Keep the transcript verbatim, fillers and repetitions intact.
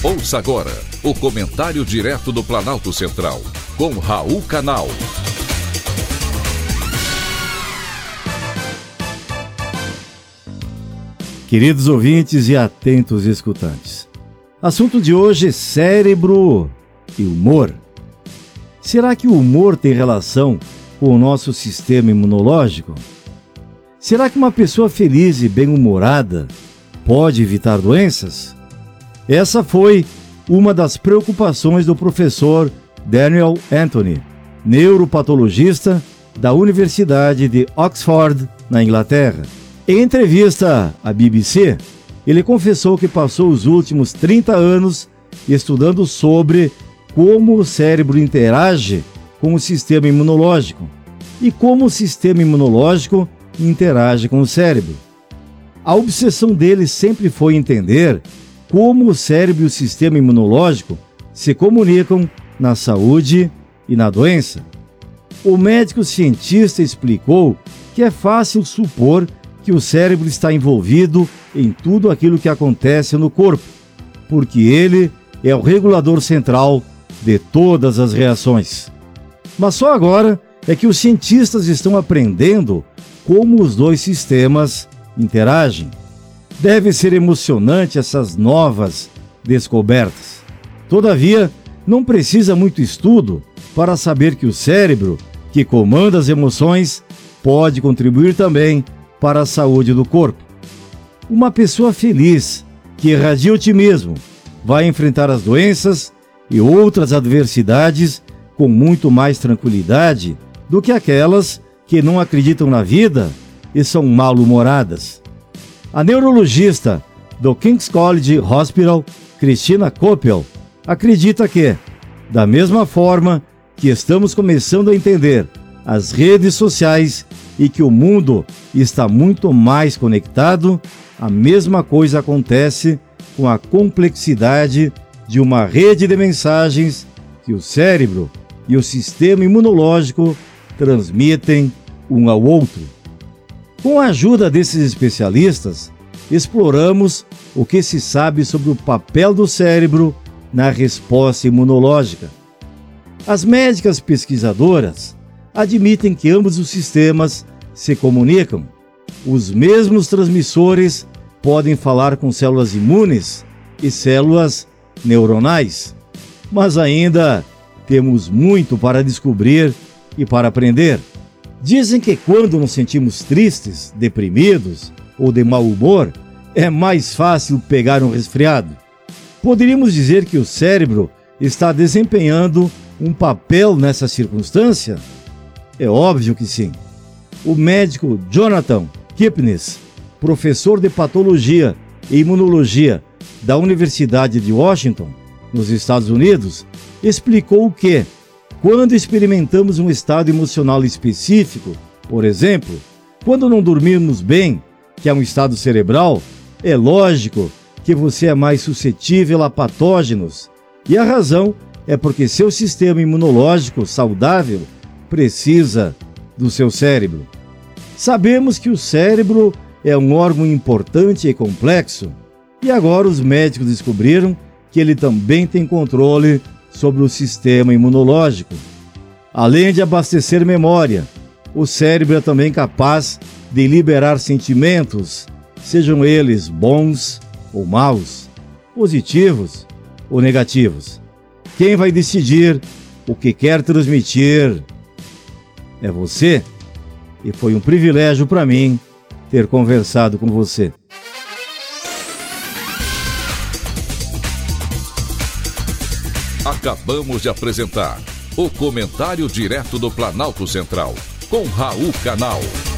Ouça agora o comentário direto do Planalto Central, com Raul Canal. Queridos ouvintes e atentos escutantes, assunto de hoje: cérebro e humor. Será que o humor tem relação com o nosso sistema imunológico? Será que uma pessoa feliz e bem-humorada pode evitar doenças? Essa foi uma das preocupações do professor Daniel Anthony, neuropatologista da Universidade de Oxford, na Inglaterra. Em entrevista à B B C, ele confessou que passou os últimos trinta anos estudando sobre como o cérebro interage com o sistema imunológico e como o sistema imunológico interage com o cérebro. A obsessão dele sempre foi entender como o cérebro e o sistema imunológico se comunicam na saúde e na doença. O médico cientista explicou que é fácil supor que o cérebro está envolvido em tudo aquilo que acontece no corpo, porque ele é o regulador central de todas as reações. Mas só agora é que os cientistas estão aprendendo como os dois sistemas interagem. Deve ser emocionante essas novas descobertas. Todavia, não precisa muito estudo para saber que o cérebro, que comanda as emoções, pode contribuir também para a saúde do corpo. Uma pessoa feliz, que irradia otimismo, vai enfrentar as doenças e outras adversidades com muito mais tranquilidade do que aquelas que não acreditam na vida e são mal-humoradas. A neurologista do King's College Hospital, Christina Koppel, acredita que, da mesma forma que estamos começando a entender as redes sociais e que o mundo está muito mais conectado, a mesma coisa acontece com a complexidade de uma rede de mensagens que o cérebro e o sistema imunológico transmitem um ao outro. Com a ajuda desses especialistas, exploramos o que se sabe sobre o papel do cérebro na resposta imunológica. As médicas pesquisadoras admitem que ambos os sistemas se comunicam. Os mesmos transmissores podem falar com células imunes e células neuronais, mas ainda temos muito para descobrir e para aprender. Dizem que quando nos sentimos tristes, deprimidos ou de mau humor, é mais fácil pegar um resfriado. Poderíamos dizer que o cérebro está desempenhando um papel nessa circunstância? É óbvio que sim. O médico Jonathan Kipnis, professor de patologia e imunologia da Universidade de Washington, nos Estados Unidos, explicou que, quando experimentamos um estado emocional específico, por exemplo, quando não dormimos bem, que é um estado cerebral, é lógico que você é mais suscetível a patógenos. E a razão é porque seu sistema imunológico saudável precisa do seu cérebro. Sabemos que o cérebro é um órgão importante e complexo, e agora os médicos descobriram que ele também tem controle sobre o sistema imunológico. Além de abastecer memória, o cérebro é também capaz de liberar sentimentos, sejam eles bons ou maus, positivos ou negativos. Quem vai decidir o que quer transmitir é você, e foi um privilégio para mim ter conversado com você. Acabamos de apresentar o comentário direto do Planalto Central, com Raul Canal.